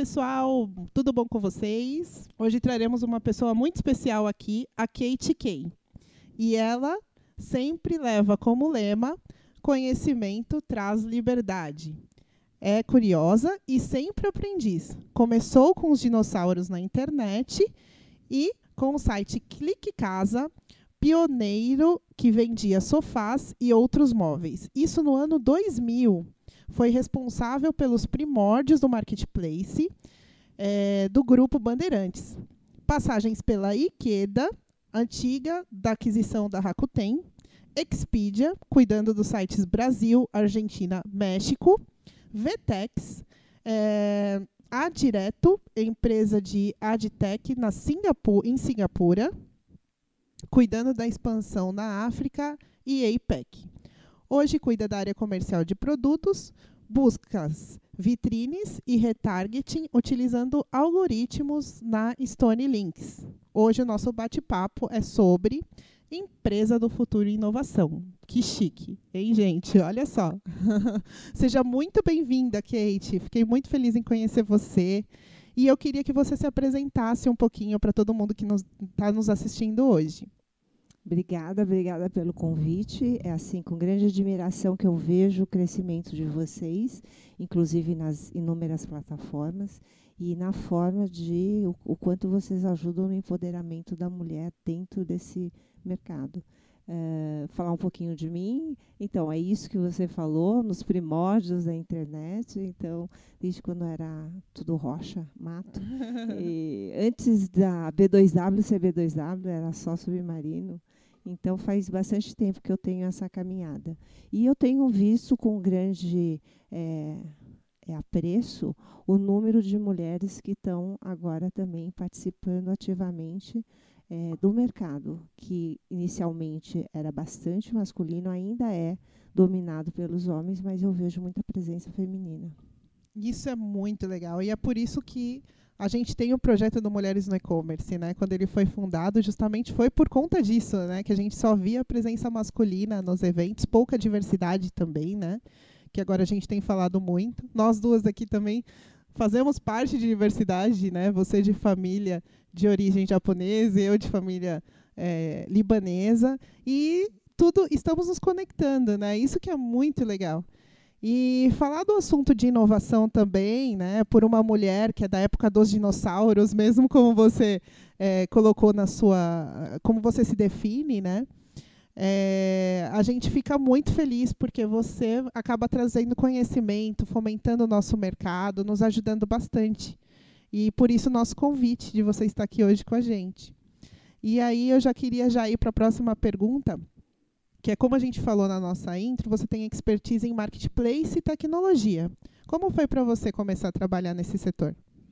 pessoal, tudo bom com vocês? Hoje traremos uma pessoa muito especial aqui, a Kate Kay. E ela sempre leva como lema: conhecimento traz liberdade. É curiosa e sempre aprendiz. Começou com os dinossauros na internet e com o site Clique Casa, pioneiro que vendia sofás e outros móveis. Isso no ano 2000. Foi responsável pelos primórdios do marketplace do grupo Bandeirantes. Passagens pela Ikeda, antiga da aquisição da Rakuten, Expedia, cuidando dos sites Brasil, Argentina, México, Vtex, Adireto, empresa de Adtech em Singapura, cuidando da expansão na África e APEC. Hoje cuida da área comercial de produtos, buscas, vitrines e retargeting utilizando algoritmos na Stone Links. Hoje o nosso bate-papo é sobre empresa do futuro e inovação. Que chique, hein, gente? Olha só. Seja muito bem-vinda, Kate. Fiquei muito feliz em conhecer você. E eu queria que você se apresentasse um pouquinho para todo mundo que está nos assistindo hoje. Obrigada pelo convite. É assim, com grande admiração que eu vejo o crescimento de vocês, inclusive nas inúmeras plataformas, e na forma de o quanto vocês ajudam no empoderamento da mulher dentro desse mercado. Falar um pouquinho de mim. Então, é isso que você falou, nos primórdios da internet. Então, desde quando era tudo rocha, mato. E antes da B2W ser B2W, era só submarino. Então, faz bastante tempo que eu tenho essa caminhada. E eu tenho visto com grande apreço o número de mulheres que estão agora também participando ativamente do mercado, que inicialmente era bastante masculino, ainda é dominado pelos homens, mas eu vejo muita presença feminina. Isso é muito legal. E é por isso que a gente tem o projeto do Mulheres no E-Commerce, né? Quando ele foi fundado, justamente foi por conta disso, né? Que a gente só via presença masculina nos eventos, pouca diversidade também, né? Que agora a gente tem falado muito. Nós duas aqui também fazemos parte de diversidade, né? Você de família de origem japonesa, eu de família libanesa. E estamos nos conectando, né? Isso que é muito legal. E falar do assunto de inovação também, né, por uma mulher que é da época dos dinossauros, mesmo como você colocou como você se define, né, a gente fica muito feliz porque você acaba trazendo conhecimento, fomentando o nosso mercado, nos ajudando bastante. E por isso o nosso convite de você estar aqui hoje com a gente. E aí eu já queria ir para a próxima pergunta, que é como a gente falou na nossa intro, você tem expertise em marketplace e tecnologia. Como foi para você começar a trabalhar nesse setor?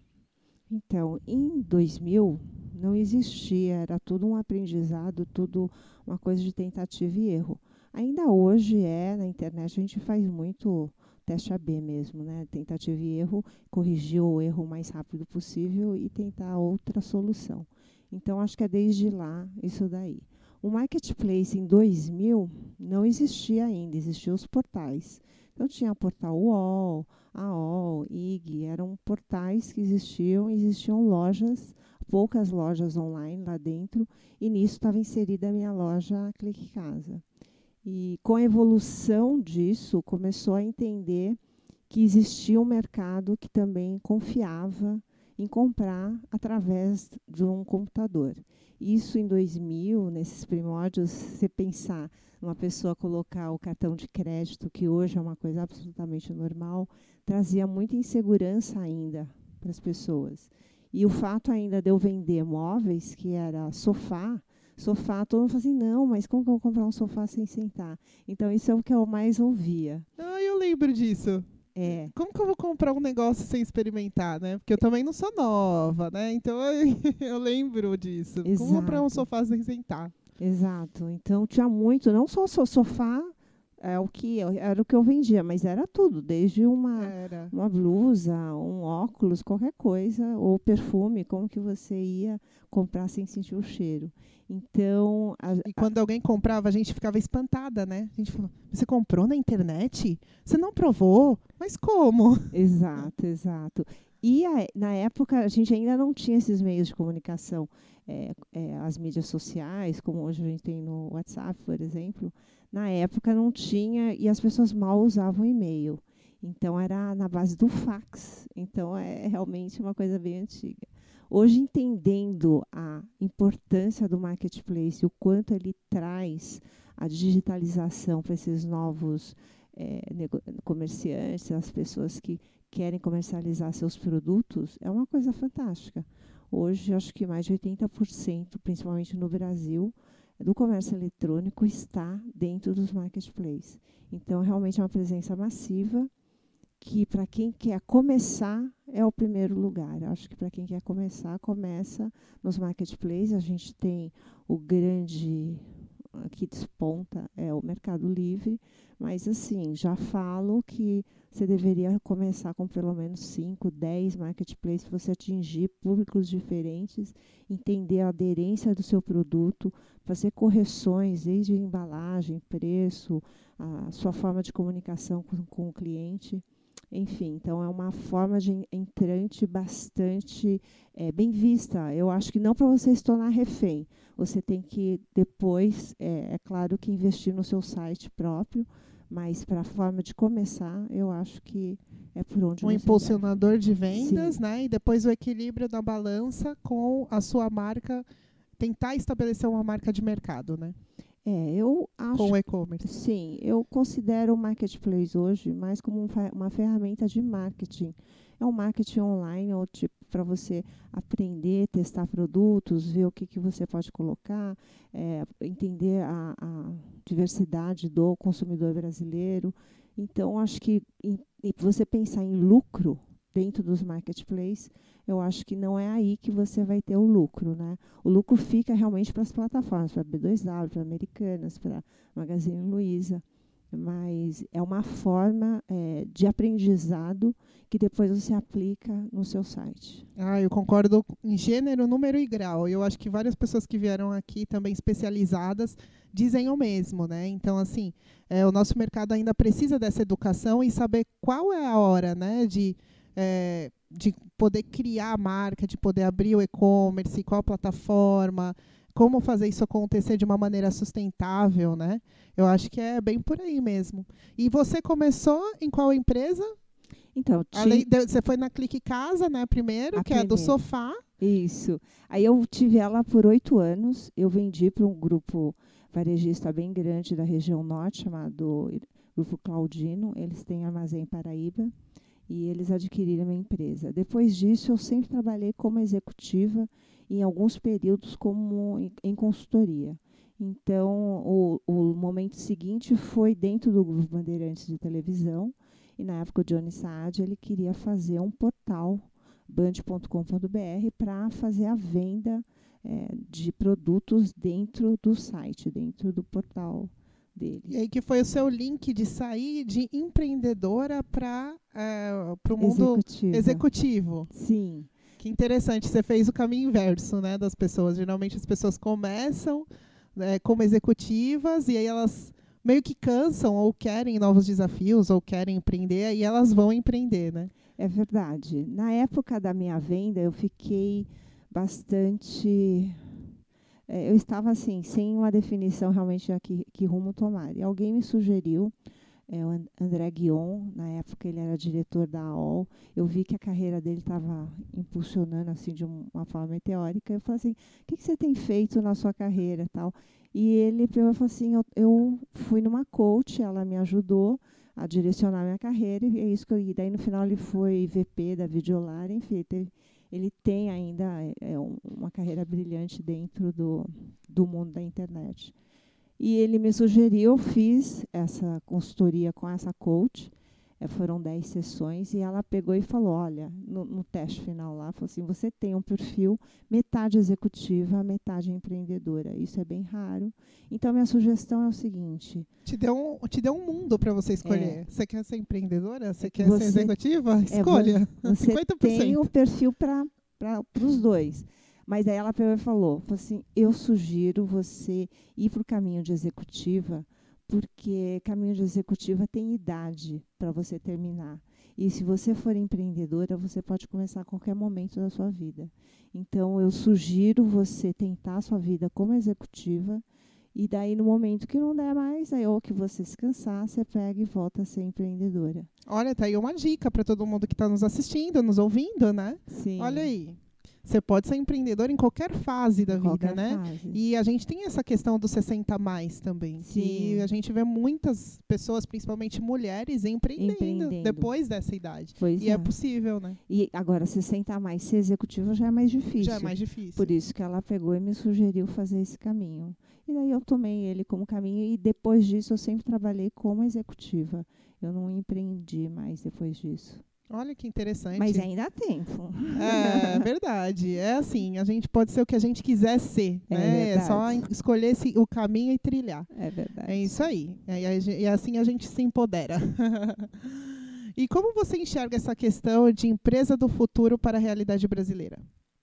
Então, em 2000, não existia, era tudo um aprendizado, tudo uma coisa de tentativa e erro. Ainda hoje na internet a gente faz muito teste AB mesmo, né? Tentativa e erro, corrigir o erro o mais rápido possível e tentar outra solução. Então, acho que é desde lá isso daí. O marketplace em 2000 não existia ainda, existiam os portais. Então, tinha o portal UOL, AOL, IG, eram portais que existiam lojas, poucas lojas online lá dentro, e nisso estava inserida a minha loja Clique Casa. E com a evolução disso, começou a entender que existia um mercado que também confiava em comprar através de um computador. Isso em 2000, nesses primórdios, se você pensar uma pessoa colocar o cartão de crédito, que hoje é uma coisa absolutamente normal, trazia muita insegurança ainda para as pessoas. E o fato ainda de eu vender móveis, que era sofá, todo mundo fala assim, não, mas como que eu vou comprar um sofá sem sentar? Então, isso é o que eu mais ouvia. Eu lembro disso. Como que eu vou comprar um negócio sem experimentar, né? Porque eu também não sou nova, né? Então eu lembro disso. Exato. Como comprar um sofá sem sentar? Exato. Então tinha muito, não só sofá, era o que eu vendia, mas era tudo, desde uma blusa, um óculos, qualquer coisa, ou perfume, como que você ia comprar sem sentir o cheiro. Então, e quando alguém comprava, a gente ficava espantada, né? A gente falou, você comprou na internet? Você não provou? Mas como? Exato. Na época, a gente ainda não tinha esses meios de comunicação, as mídias sociais, como hoje a gente tem no WhatsApp, por exemplo. Na época não tinha e as pessoas mal usavam e-mail. Então, era na base do fax. Então, é realmente uma coisa bem antiga. Hoje, entendendo a importância do marketplace, o quanto ele traz a digitalização para esses novos comerciantes, as pessoas que querem comercializar seus produtos, é uma coisa fantástica. Hoje, acho que mais de 80%, principalmente no Brasil, do comércio eletrônico está dentro dos marketplaces. Então, realmente é uma presença massiva que, para quem quer começar, é o primeiro lugar. Acho que para quem quer começar, começa nos marketplaces. A gente tem o grande que desponta, é o Mercado Livre, mas assim, já falo que você deveria começar com pelo menos 5, 10 marketplaces para você atingir públicos diferentes, entender a aderência do seu produto, fazer correções desde embalagem, preço, a sua forma de comunicação com o cliente. Enfim, então é uma forma de entrante bastante bem vista. Eu acho que não para você se tornar refém. Você tem que depois, é claro que investir no seu site próprio, mas para a forma de começar, eu acho que é por onde Um você impulsionador deve. de vendas, Sim. né? E depois o equilíbrio da balança com a sua marca, tentar estabelecer uma marca de mercado, né? Eu acho. Com o e-commerce. Sim, eu considero o marketplace hoje mais como uma ferramenta de marketing. É um marketing online, ou tipo, para você aprender, testar produtos, ver o que você pode colocar, entender a diversidade do consumidor brasileiro. Então, acho que você pensar em lucro dentro dos marketplaces, eu acho que não é aí que você vai ter o lucro, né? O lucro fica realmente para as plataformas, para B2W, para Americanas, para Magazine Luiza, mas é uma forma de aprendizado que depois você aplica no seu site. Eu concordo em gênero, número e grau. Eu acho que várias pessoas que vieram aqui também especializadas dizem o mesmo, né? Então, assim, o nosso mercado ainda precisa dessa educação e saber qual é a hora, né, de poder criar a marca, de poder abrir o e-commerce, qual plataforma, como fazer isso acontecer de uma maneira sustentável, né? Eu acho que é bem por aí mesmo. E você começou em qual empresa? Então, você foi na Clique Casa, né, primeiro, que é a do sofá. Isso. Aí eu tive ela por 8 anos. Eu vendi para um grupo varejista bem grande da região norte, chamado Grupo Claudino. Eles têm armazém em Paraíba. E eles adquiriram a minha empresa. Depois disso, eu sempre trabalhei como executiva, em alguns períodos como em consultoria. Então, o momento seguinte foi dentro do Grupo Bandeirantes de televisão, e na época o Johnny Saad, ele queria fazer um portal, band.com.br, para fazer a venda de produtos dentro do site, dentro do portal deles. E aí que foi o seu link de sair de empreendedora para o mundo executivo. Sim. Que interessante, você fez o caminho inverso, né, das pessoas. Geralmente as pessoas começam como executivas e aí elas meio que cansam ou querem novos desafios ou querem empreender, aí elas vão empreender, né? É verdade. Na época da minha venda, eu fiquei bastante... eu estava assim, sem uma definição realmente de que rumo tomar. E alguém me sugeriu, o André Guion, na época ele era diretor da AOL, eu vi que a carreira dele estava impulsionando assim, de uma forma meteórica. Eu falei assim, o que você tem feito na sua carreira? Tal? E ele falou assim, eu fui numa coach, ela me ajudou a direcionar minha carreira, e é isso que eu... E daí, no final, ele foi VP da Videolar, enfim, ele tem ainda uma carreira brilhante dentro do mundo da internet. E ele me sugeriu, eu fiz essa consultoria com essa coach, foram 10 sessões, e ela pegou e falou, olha, no teste final lá, falou assim, você tem um perfil metade executiva, metade empreendedora. Isso é bem raro. Então, minha sugestão é o seguinte... Te deu um mundo para você escolher. Você quer ser empreendedora? Você quer ser executiva? Escolha. Você 50%. Tem o perfil para os dois. Mas aí ela pegou e falou assim, eu sugiro você ir para o caminho de executiva, porque caminho de executiva tem idade para você terminar. E se você for empreendedora, você pode começar a qualquer momento da sua vida. Então, eu sugiro você tentar a sua vida como executiva. E daí, no momento que não der mais, aí, ou que você se cansar, você pega e volta a ser empreendedora. Olha, tá aí uma dica para todo mundo que está nos assistindo, nos ouvindo, né? Sim. Olha aí. Você pode ser empreendedor em qualquer fase da vida, né? Fase. E a gente tem essa questão dos 60 mais também. Sim. Que a gente vê muitas pessoas, principalmente mulheres, empreendendo. Depois dessa idade. Pois e é possível, né? E agora, 60 mais, ser executiva já é mais difícil. Já é mais difícil. Por isso que ela pegou e me sugeriu fazer esse caminho. E daí eu tomei ele como caminho e depois disso eu sempre trabalhei como executiva. Eu não empreendi mais depois disso. Olha que interessante. Mas ainda há tempo. É verdade. É assim, a gente pode ser o que a gente quiser ser. Né? É só escolher o caminho e trilhar. É verdade. É isso aí. E assim a gente se empodera. E como você enxerga essa questão de empresa do futuro para a realidade brasileira?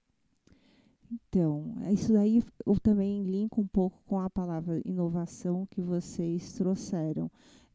Então, isso daí eu também linko um pouco com a palavra inovação que vocês trouxeram,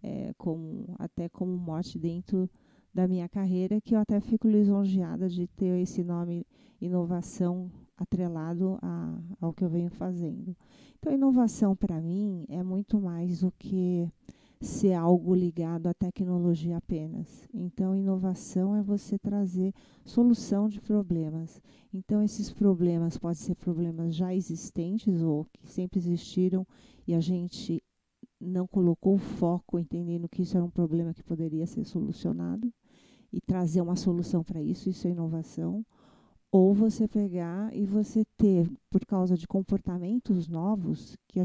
até como mote dentro da minha carreira, que eu até fico lisonjeada de ter esse nome inovação atrelado ao que eu venho fazendo. Então, inovação para mim é muito mais do que ser algo ligado à tecnologia apenas. Então, inovação é você trazer solução de problemas. Então, esses problemas podem ser problemas já existentes ou que sempre existiram e a gente não colocou o foco entendendo que isso era um problema que poderia ser solucionado e trazer uma solução para isso é inovação. Ou você pegar e você ter, por causa de comportamentos novos que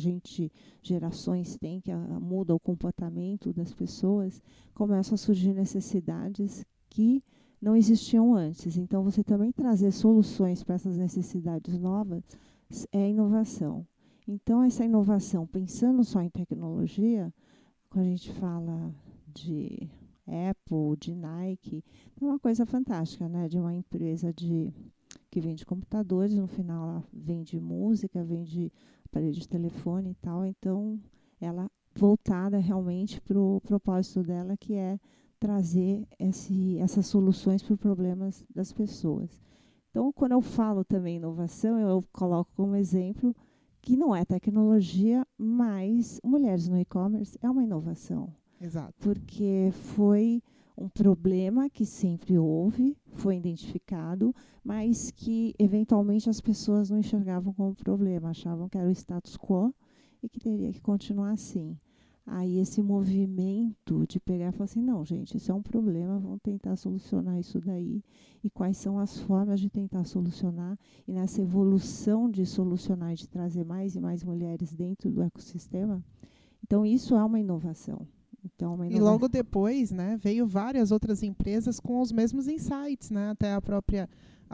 gerações têm, que muda o comportamento das pessoas, começam a surgir necessidades que não existiam antes. Então, você também trazer soluções para essas necessidades novas é inovação. Então, essa inovação, pensando só em tecnologia, quando a gente fala de Apple, de Nike, é uma coisa fantástica, né? De uma empresa que vende computadores, no final ela vende música, vende aparelho de telefone e tal. Então, ela voltada realmente para o propósito dela, que é trazer essas soluções para os problemas das pessoas. Então, quando eu falo também inovação, eu coloco como exemplo que não é tecnologia, mas mulheres no e-commerce é uma inovação. Exato. Porque foi um problema que sempre houve, foi identificado, mas que eventualmente as pessoas não enxergavam como problema, achavam que era o status quo e que teria que continuar assim. Aí esse movimento de pegar e falar assim, não, gente, isso é um problema, vamos tentar solucionar isso daí. E quais são as formas de tentar solucionar? E nessa evolução de solucionar e de trazer mais e mais mulheres dentro do ecossistema, então isso é uma inovação. Então, e logo depois, né, veio várias outras empresas com os mesmos insights, né, até a própria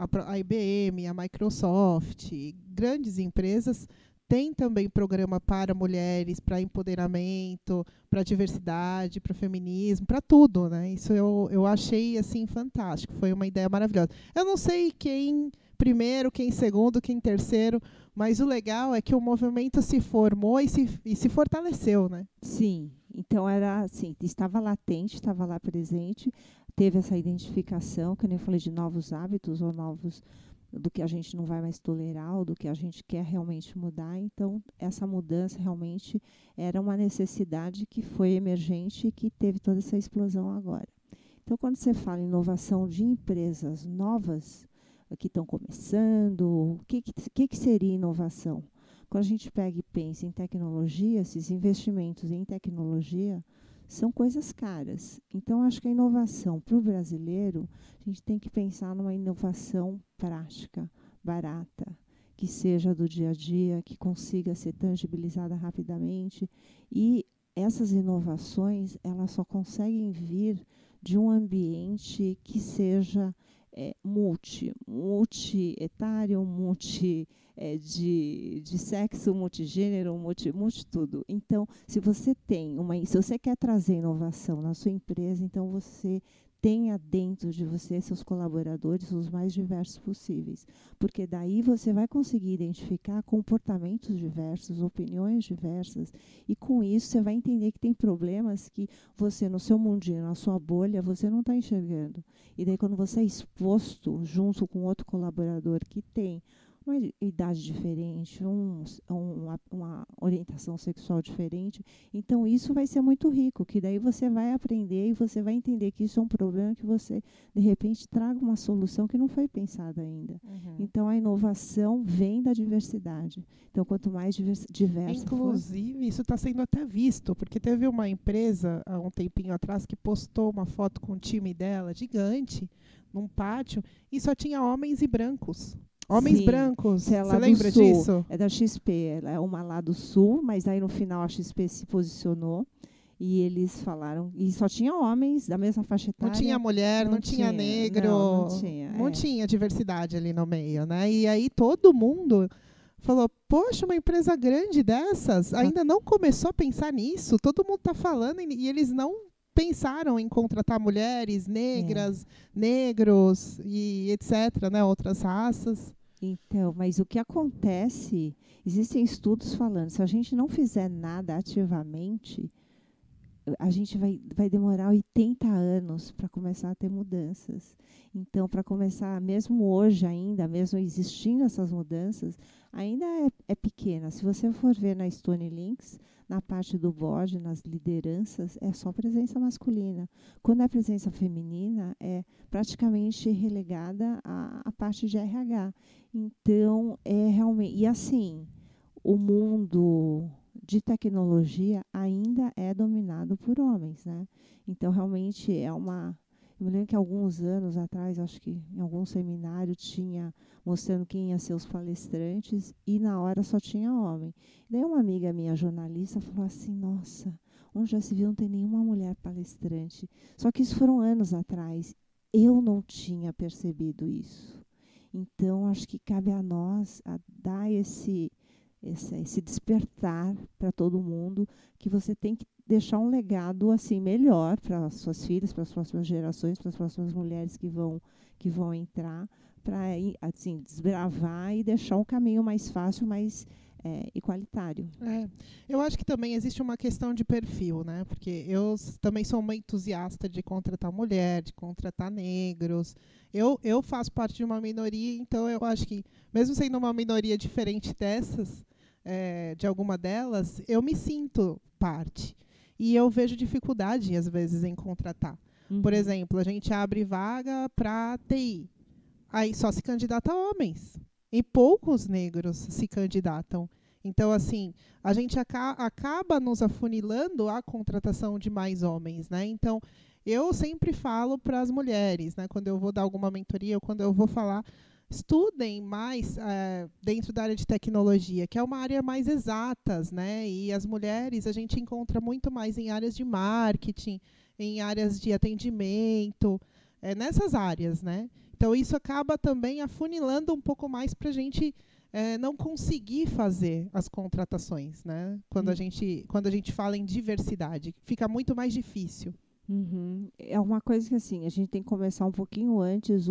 a IBM, a Microsoft, grandes empresas têm também programa para mulheres, para empoderamento, para diversidade, para feminismo, para tudo, né? Isso eu achei assim fantástico, foi uma ideia maravilhosa. Eu não sei quem primeiro, quem segundo, quem terceiro, mas o legal é que o movimento se formou e se fortaleceu, né? Sim. Então, era assim, estava latente, estava lá presente, teve essa identificação, que eu nem falei de novos hábitos ou novos do que a gente não vai mais tolerar ou do que a gente quer realmente mudar. Então, essa mudança realmente era uma necessidade que foi emergente e que teve toda essa explosão agora. Então, quando você fala em inovação de empresas novas que estão começando, o que seria inovação? Quando a gente pega e pensa em tecnologia, esses investimentos em tecnologia são coisas caras. Então, acho que a inovação para o brasileiro, a gente tem que pensar numa inovação prática, barata, que seja do dia a dia, que consiga ser tangibilizada rapidamente. E essas inovações, elas só conseguem vir de um ambiente que seja multi-etário, de sexo, multigênero, multi tudo. Então, se você quer trazer inovação na sua empresa, então você tenha dentro de você, seus colaboradores, os mais diversos possíveis. Porque daí você vai conseguir identificar comportamentos diversos, opiniões diversas, e com isso você vai entender que tem problemas que você, no seu mundinho, na sua bolha, você não está enxergando. E daí, quando você é exposto junto com outro colaborador que tem uma idade diferente, uma orientação sexual diferente, então isso vai ser muito rico, que daí você vai aprender e você vai entender que isso é um problema que você, de repente, traga uma solução que não foi pensada ainda. Então, a inovação vem da diversidade. Então, quanto mais diversa Inclusive, isso está sendo até visto, porque teve uma empresa, há um tempinho atrás, que postou uma foto com o time dela, gigante, num pátio, e só tinha homens e brancos. Homens Sim, brancos. você Você lembra disso? É da XP, ela é uma lá do Sul, mas aí no final a XP se posicionou e eles falaram, e só tinha homens da mesma faixa etária. Não tinha mulher, não tinha negro, não tinha, não tinha diversidade ali no meio, né? E aí todo mundo falou, poxa, uma empresa grande dessas ainda não começou a pensar nisso, todo mundo está falando e eles não pensaram em contratar mulheres negras, negros e etc., né? Outras raças. Então, mas o que acontece, existem estudos falando, se a gente não fizer nada ativamente, a gente vai demorar 80 anos para começar a ter mudanças. Então, para começar, mesmo hoje ainda, mesmo existindo essas mudanças, ainda é pequena. Se você for ver na Stone Links, na parte do board, nas lideranças, é só presença masculina. Quando é presença feminina, é praticamente relegada à parte de RH. Então, é realmente... E assim, o mundo de tecnologia ainda é dominado por homens, né? Então, realmente, é uma... Eu me lembro que alguns anos atrás, acho que em algum seminário, tinha mostrando quem ia ser os palestrantes e na hora só tinha homem. Daí uma amiga minha, jornalista, falou assim, nossa, onde já se viu não tem nenhuma mulher palestrante. Só que isso foram anos atrás. Eu não tinha percebido isso. Então, acho que cabe a nós a dar esse despertar para todo mundo, que você tem que deixar um legado assim melhor para as suas filhas, para as próximas gerações, para as próximas mulheres que vão entrar, para assim desbravar e deixar um caminho mais fácil, mais igualitário. Eu acho que também existe uma questão de perfil, né? Porque eu também sou uma entusiasta de contratar mulher, de contratar negros. Eu faço parte de uma minoria, então eu acho que, mesmo sendo uma minoria diferente dessas, de alguma delas, eu me sinto parte. E eu vejo dificuldade, às vezes, em contratar. Por exemplo, a gente abre vaga para TI. Aí só se candidata homens. E poucos negros se candidatam. Então, assim, a gente acaba nos afunilando a contratação de mais homens, né? Então, eu sempre falo para as mulheres, né? Quando eu vou dar alguma mentoria ou quando eu vou falar, estudem mais dentro da área de tecnologia, que é uma área mais exatas, né? E as mulheres a gente encontra muito mais em áreas de marketing, em áreas de atendimento, nessas áreas, né? Então, isso acaba também afunilando um pouco mais para a gente não conseguir fazer as contratações, né? Quando a gente fala em diversidade, fica muito mais difícil. É uma coisa que assim, a gente tem que começar um pouquinho antes,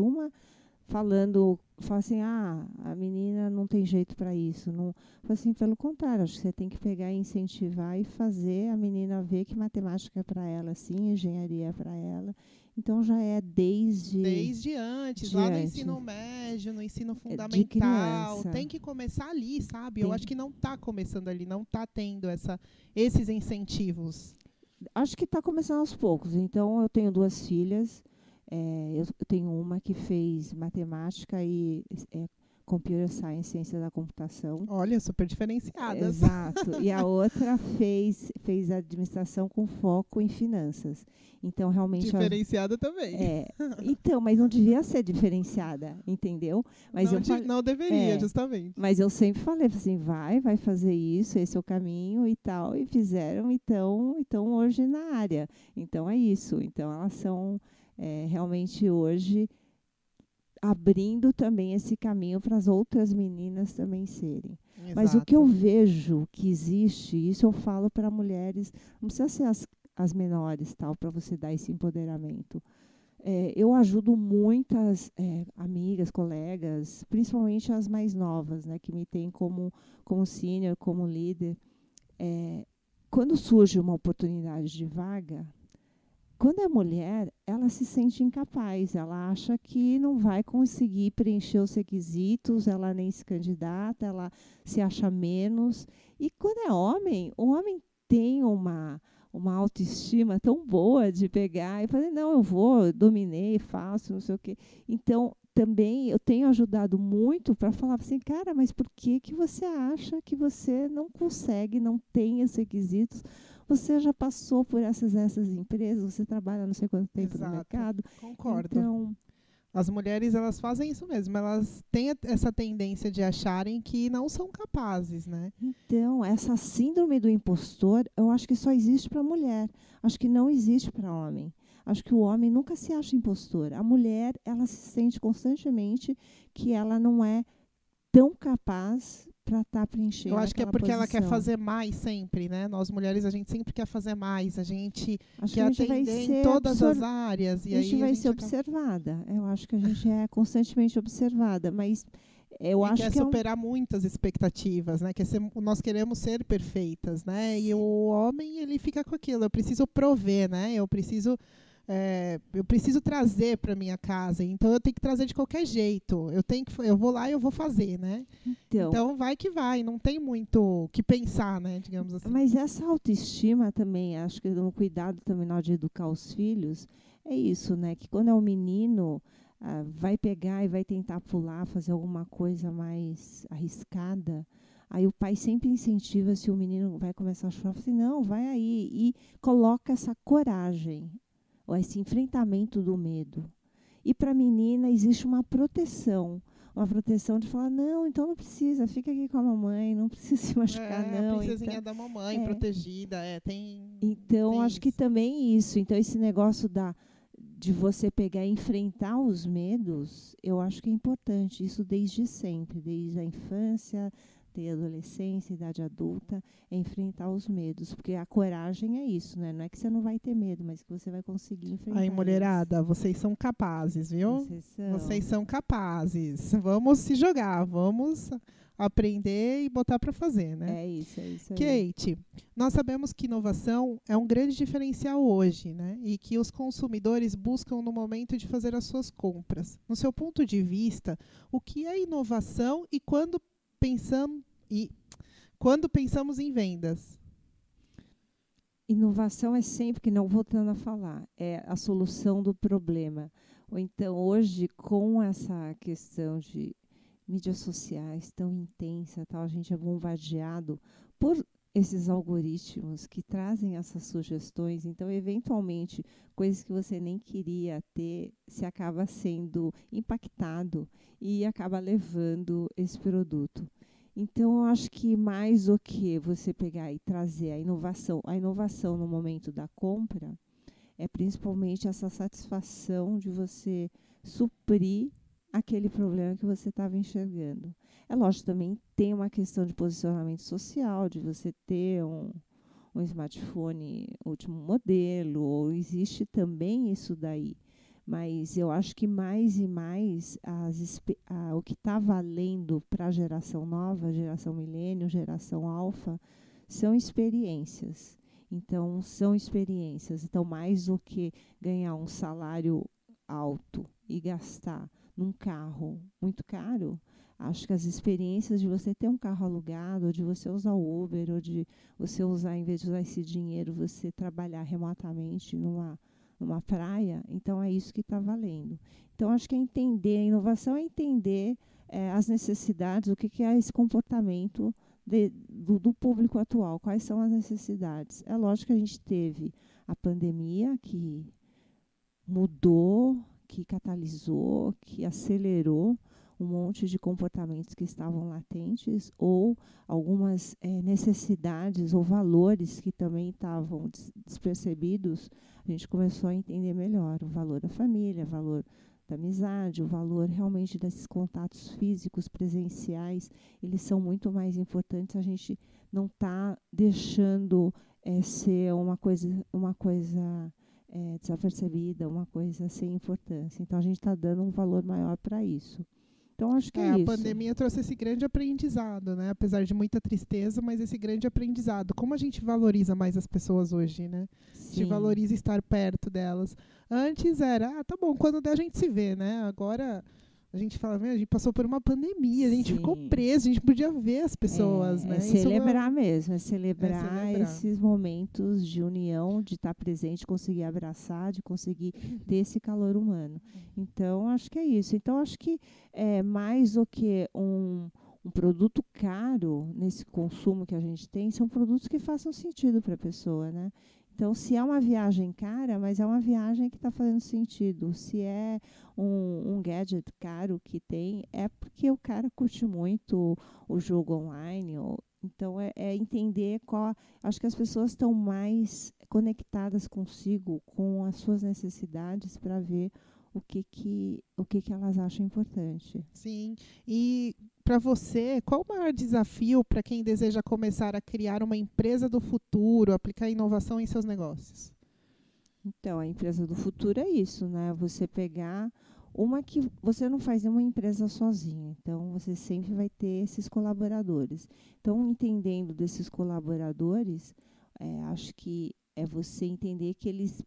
fala assim, a menina não tem jeito para isso. Não, assim, pelo contrário, acho que você tem que pegar e incentivar e fazer a menina ver que matemática é para ela, sim, engenharia é para ela. Então já é desde antes, lá no ensino médio, no ensino fundamental, tem que começar ali, sabe? Eu acho que não está começando ali, não está tendo esses incentivos. Acho que está começando aos poucos. Então, eu tenho 2 filhas. Eu tenho uma que fez matemática e Computer Science, ciência da computação. Olha, super diferenciadas. Exato. E a outra fez administração com foco em finanças. Então, realmente... Diferenciada também. Então, mas não devia ser diferenciada, entendeu? Mas não deveria, justamente. Mas eu sempre falei assim, vai fazer isso, esse é o caminho e tal. E fizeram, então hoje na área. Então, é isso. Então, elas são realmente hoje abrindo também esse caminho para as outras meninas também serem. Exato. Mas o que eu vejo que existe, isso eu falo para mulheres, não precisa ser as menores, tal, para você dar esse empoderamento. Eu ajudo muitas amigas, colegas, principalmente as mais novas, né, que me têm como sênior, como líder. Quando surge uma oportunidade de vaga, quando é mulher, ela se sente incapaz, ela acha que não vai conseguir preencher os requisitos, ela nem se candidata, ela se acha menos. E quando é homem, o homem tem uma autoestima tão boa de pegar e fazer, não, eu vou, eu dominei, faço, não sei o quê. Então, também eu tenho ajudado muito para falar assim, cara, mas por que que você acha que você não consegue, não tem esses requisitos? Você já passou por essas empresas, você trabalha não sei quanto tempo no Exato, mercado. concordo. Então, As mulheres, elas fazem isso mesmo, elas têm essa tendência de acharem que não são capazes, né? então, essa síndrome do impostor, eu acho que só existe para mulher. Acho que não existe para homem. Acho que o homem nunca se acha impostor. A mulher, ela se sente constantemente que ela não é tão capaz para estar Eu preenchendo acho que é aquela porque ela quer posição. fazer mais sempre, né? Nós mulheres, a gente sempre quer fazer mais, a gente Acho que quer a gente vai atender em ser todas as áreas, e a gente aí a vai ser gente acaba... observada. Eu acho que a gente é constantemente observada, mas eu E acho quer que é um. superar muitas expectativas, né? Nós queremos ser perfeitas, né? E o homem, ele fica com aquilo, eu preciso prover, né? Eu preciso trazer para minha casa, então eu tenho que trazer de qualquer jeito. Eu vou lá e eu vou fazer, né? Então, Então vai que vai, não tem muito o que pensar, né? Digamos assim. mas essa autoestima também, acho que no cuidado também na hora de educar os filhos, é isso, né? Que quando é um menino, vai pegar e vai tentar pular, fazer alguma coisa mais arriscada, aí o pai sempre incentiva, se o menino vai começar a chorar, fala assim, não, vai aí, e coloca essa coragem, ou esse enfrentamento do medo. E para a menina existe uma proteção de falar, não, então não precisa, fica aqui com a mamãe, não precisa se machucar, É, a não. Então, princesinha da mamãe, é, protegida, então, tem acho que isso. também isso. Então, esse negócio de você pegar e enfrentar os medos, eu acho que é importante. Isso desde sempre, desde a infância, desde a adolescência, idade adulta, é enfrentar os medos. Porque a coragem é isso, né? Não é que você não vai ter medo, mas que você vai conseguir Aí, enfrentar eles. mulherada, vocês são capazes, viu? Vocês Vocês são. são capazes. Vamos se jogar, vamos aprender e botar para fazer, né? É isso aí. Kate, nós sabemos que inovação é um grande diferencial hoje, né? E que os consumidores buscam no momento de fazer as suas compras. No seu ponto de vista, o que é inovação e quando pensamos em vendas? Inovação é sempre, que não voltando a falar, é a solução do problema. Ou então, hoje, com essa questão de mídias sociais tão intensa, tal, a gente é bombardeado por esses algoritmos que trazem essas sugestões. Então, eventualmente, coisas que você nem queria ter, se acaba sendo impactado e acaba levando esse produto. Então, eu acho que mais do que você pegar e trazer a inovação no momento da compra, é principalmente essa satisfação de você suprir aquele problema que você estava enxergando. É lógico, também tem uma questão de posicionamento social, de você ter um smartphone último modelo, ou existe também isso daí. Mas eu acho que mais e mais o que está valendo para a geração nova, geração milênio, geração alfa, são experiências. Então, são experiências. Então, mais do que ganhar um salário alto e gastar num carro muito caro, acho que as experiências de você ter um carro alugado, ou de você usar o Uber, ou de você usar, em vez de usar esse dinheiro, você trabalhar remotamente numa praia, então é isso que está valendo. Então, acho que é entender, a inovação é entender as necessidades, o que é esse comportamento do público atual, quais são as necessidades. É lógico que a gente teve a pandemia, que mudou, que catalisou, que acelerou um monte de comportamentos que estavam latentes, ou algumas necessidades ou valores que também estavam despercebidos. A gente começou a entender melhor o valor da família, o valor da amizade, o valor realmente desses contatos físicos, presenciais. Eles são muito mais importantes. A gente não está deixando ser uma coisa desapercebida, uma coisa sem importância. Então, a gente está dando um valor maior para isso. Então, acho que é A isso. pandemia trouxe esse grande aprendizado, né? Apesar de muita tristeza, mas esse grande aprendizado. Como a gente valoriza mais as pessoas hoje, né? A gente Sim. valoriza estar perto delas. Antes era, tá bom, quando der a gente se vê, né? Agora a gente fala, a gente passou por uma pandemia, a gente ficou Sim. preso, a gente podia ver as pessoas, né? É celebrar mesmo, é celebrar, celebrar. esses momentos de união, de estar presente, conseguir abraçar, de conseguir ter esse calor humano. Então, acho que é isso. Então, acho que mais do que um produto caro nesse consumo que a gente tem, são produtos que façam sentido para a pessoa, né? Então, se é uma viagem cara, mas é uma viagem que está fazendo sentido. Se é um gadget caro que tem, é porque o cara curte muito o jogo online. Então, é entender qual. Acho que as pessoas estão mais conectadas consigo, com as suas necessidades, para ver o que elas acham importante. Sim. E para você, qual o maior desafio para quem deseja começar a criar uma empresa do futuro, aplicar inovação em seus negócios? Então, a empresa do futuro é isso, né? Você pegar uma que você não faz nenhuma empresa sozinho. Então, você sempre vai ter esses colaboradores. Então, entendendo desses colaboradores, acho que é você entender que eles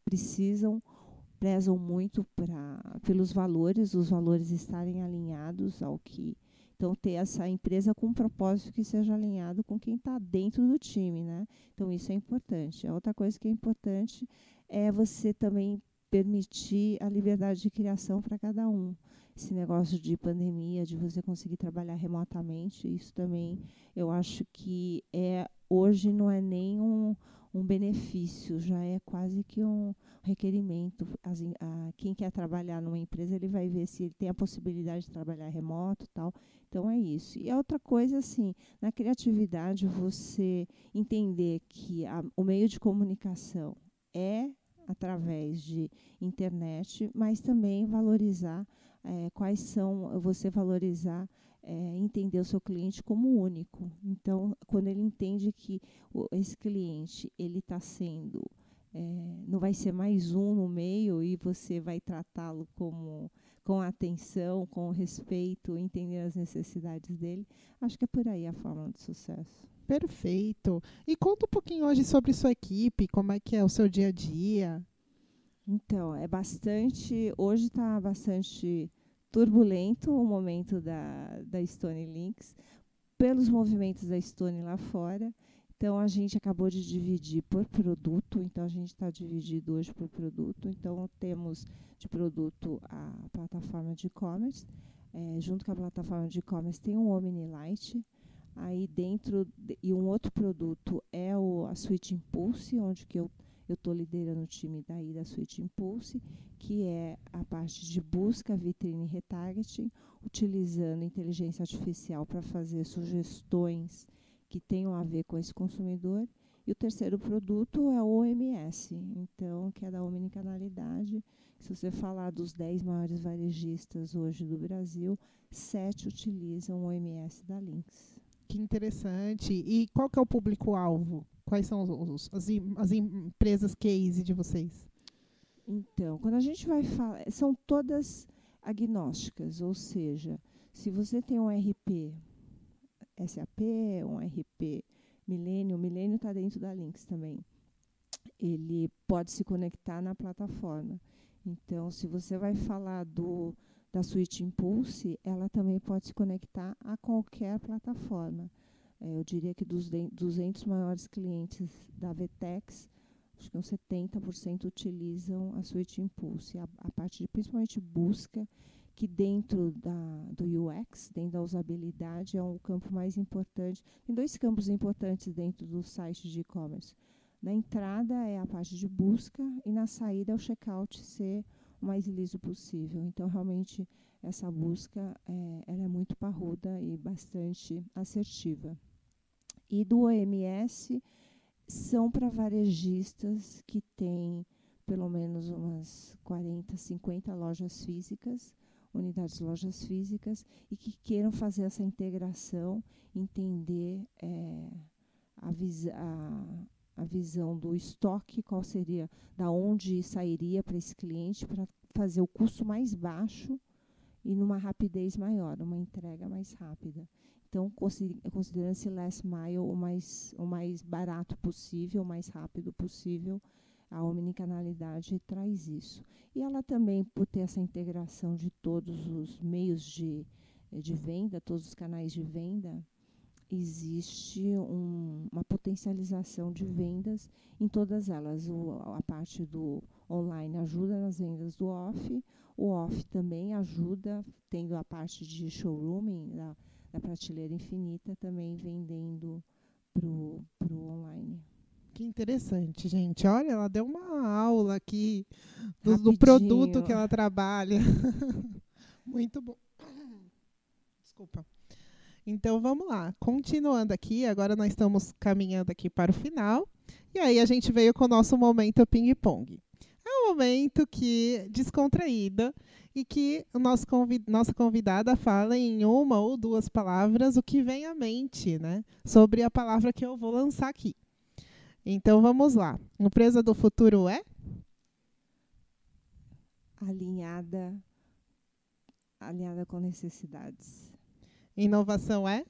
prezam muito pelos valores, os valores estarem alinhados ao que. Então, ter essa empresa com um propósito que seja alinhado com quem está dentro do time, né? Então, isso é importante. A outra coisa que é importante é você também permitir a liberdade de criação para cada um. Esse negócio de pandemia, de você conseguir trabalhar remotamente, isso também eu acho que hoje não é nem um benefício, já é quase que um requerimento. Quem quer trabalhar numa empresa, ele vai ver se ele tem a possibilidade de trabalhar remoto e tal. Então, é isso. E a outra coisa, assim, na criatividade, você entender que o meio de comunicação é através de internet, mas também valorizar você valorizar, entender o seu cliente como único. Então, quando ele entende que esse cliente ele está sendo não vai ser mais um no meio e você vai tratá-lo com atenção, com respeito, entender as necessidades dele. Acho que é por aí a fórmula de sucesso. Perfeito. E conta um pouquinho hoje sobre sua equipe, como é que é o seu dia a dia. Então, hoje está bastante turbulento o momento da Stone Links, pelos movimentos da Stone lá fora. Então, a gente acabou de dividir por produto. Então, a gente está dividido hoje por produto. Então, temos de produto a plataforma de e-commerce. Junto com a plataforma de e-commerce tem um OmniLite. Aí e um outro produto é a Suite Impulse, onde que eu estou liderando o time daí da Suite Impulse, que é a parte de busca, vitrine e retargeting, utilizando inteligência artificial para fazer sugestões que tenham a ver com esse consumidor. E o terceiro produto é o OMS, então, que é da omnicanalidade. Se você falar dos 10 maiores varejistas hoje do Brasil, 7 utilizam o OMS da Lynx. Que interessante. E qual que é o público-alvo? Quais são as empresas case de vocês? Então, quando a gente vai falar, são todas agnósticas, ou seja, se você tem um RP SAP, um RP Millennium, o Millennium está dentro da Lynx também. Ele pode se conectar na plataforma. Então, se você vai falar da Suite Impulse, ela também pode se conectar a qualquer plataforma. Eu diria que dos 200 maiores clientes da Vtex, acho que uns 70% utilizam a Suite Impulse. A parte de, principalmente, busca, que dentro do UX, dentro da usabilidade, é um campo mais importante. Tem 2 campos importantes dentro do site de e-commerce. Na entrada é a parte de busca e na saída é o checkout ser o mais liso possível. Então, realmente, essa busca ela é muito parruda e bastante assertiva. E do OMS são para varejistas que têm pelo menos umas 40, 50 lojas físicas, unidades de lojas físicas, e que queiram fazer essa integração, entender a visão do estoque, qual seria, da onde sairia para esse cliente, para fazer o custo mais baixo e numa rapidez maior, uma entrega mais rápida. Então, considerando esse last mile o mais barato possível, o mais rápido possível, a omnicanalidade traz isso. E ela também, por ter essa integração de todos os meios de venda, todos os canais de venda, existe uma potencialização de vendas em todas elas. A parte do online ajuda nas vendas do off, o off também ajuda, tendo a parte de showrooming, da prateleira infinita, também vendendo pro online. Que interessante, gente. Olha, ela deu uma aula aqui do produto que ela trabalha. Muito bom. Desculpa. Então, vamos lá. Continuando aqui, agora nós estamos caminhando aqui para o final. E aí a gente veio com o nosso momento ping-pong. É um momento que descontraída e que nossa convidada fala em uma ou duas palavras o que vem à mente, né? Sobre a palavra que eu vou lançar aqui. Então, vamos lá. Empresa do futuro é? Alinhada com necessidades. Inovação é?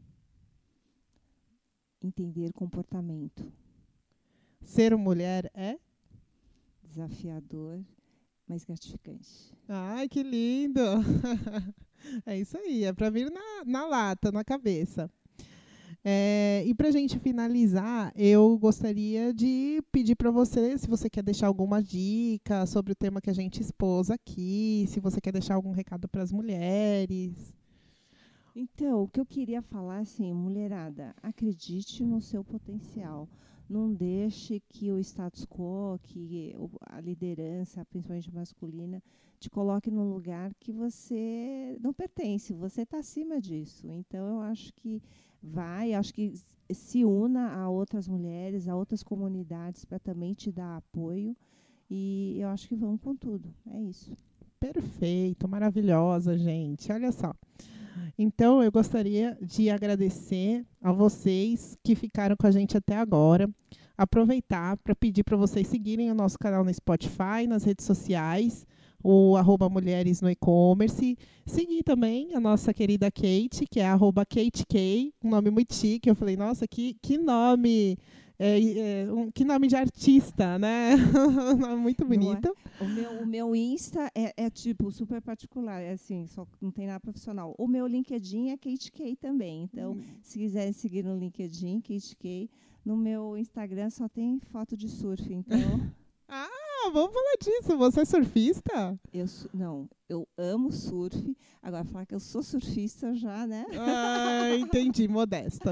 Entender comportamento. Ser mulher é? Desafiador, mas gratificante. Ai, que lindo! É isso aí, é para vir na lata, na cabeça. E para a gente finalizar, eu gostaria de pedir para você, se você quer deixar alguma dica sobre o tema que a gente expôs aqui, se você quer deixar algum recado para as mulheres. Então, o que eu queria falar, assim, mulherada, acredite no seu potencial. Não deixe que o status quo, que a liderança, principalmente masculina, te coloque num lugar que você não pertence, você está acima disso. Então, eu acho que acho que se una a outras mulheres, a outras comunidades para também te dar apoio. E eu acho que vamos com tudo. É isso. Perfeito, maravilhosa, gente. Olha só. Então, eu gostaria de agradecer a vocês que ficaram com a gente até agora. Aproveitar para pedir para vocês seguirem o nosso canal no Spotify, nas redes sociais, o @mulheres no e-commerce. Seguir também a nossa querida Kate, que é @KateK, um nome muito chique. Eu falei, nossa, que nome... que nome de artista, né? Muito bonito. O meu Insta é tipo super particular, é assim, só não tem nada profissional. O meu LinkedIn é Kate K também. Então, se quiserem seguir no LinkedIn, Kate K. No meu Instagram só tem foto de surf, então... Vamos falar disso. Você é surfista? Não, eu amo surf. Agora, falar que eu sou surfista já, né? Entendi. Modesta.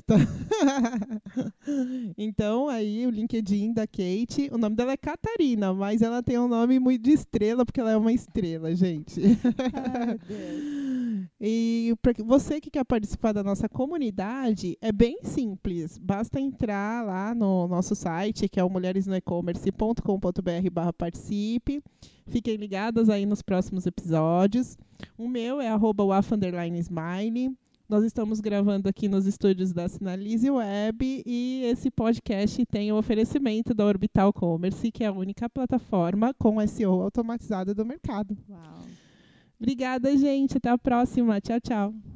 Então, aí, o LinkedIn da Kate, o nome dela é Catarina, mas ela tem um nome muito de estrela, porque ela é uma estrela, gente. Ai, Deus. E para você que quer participar da nossa comunidade, é bem simples. Basta entrar lá no nosso site, que é o mulheresnoecommerce.com.br/participe. Fiquem ligadas aí nos próximos episódios. O meu é @waf_smiley. Nós estamos gravando aqui nos estúdios da Sinalize Web e esse podcast tem o oferecimento da Orbital Commerce, que é a única plataforma com SEO automatizado do mercado. Uau. Obrigada, gente. Até a próxima. Tchau, tchau.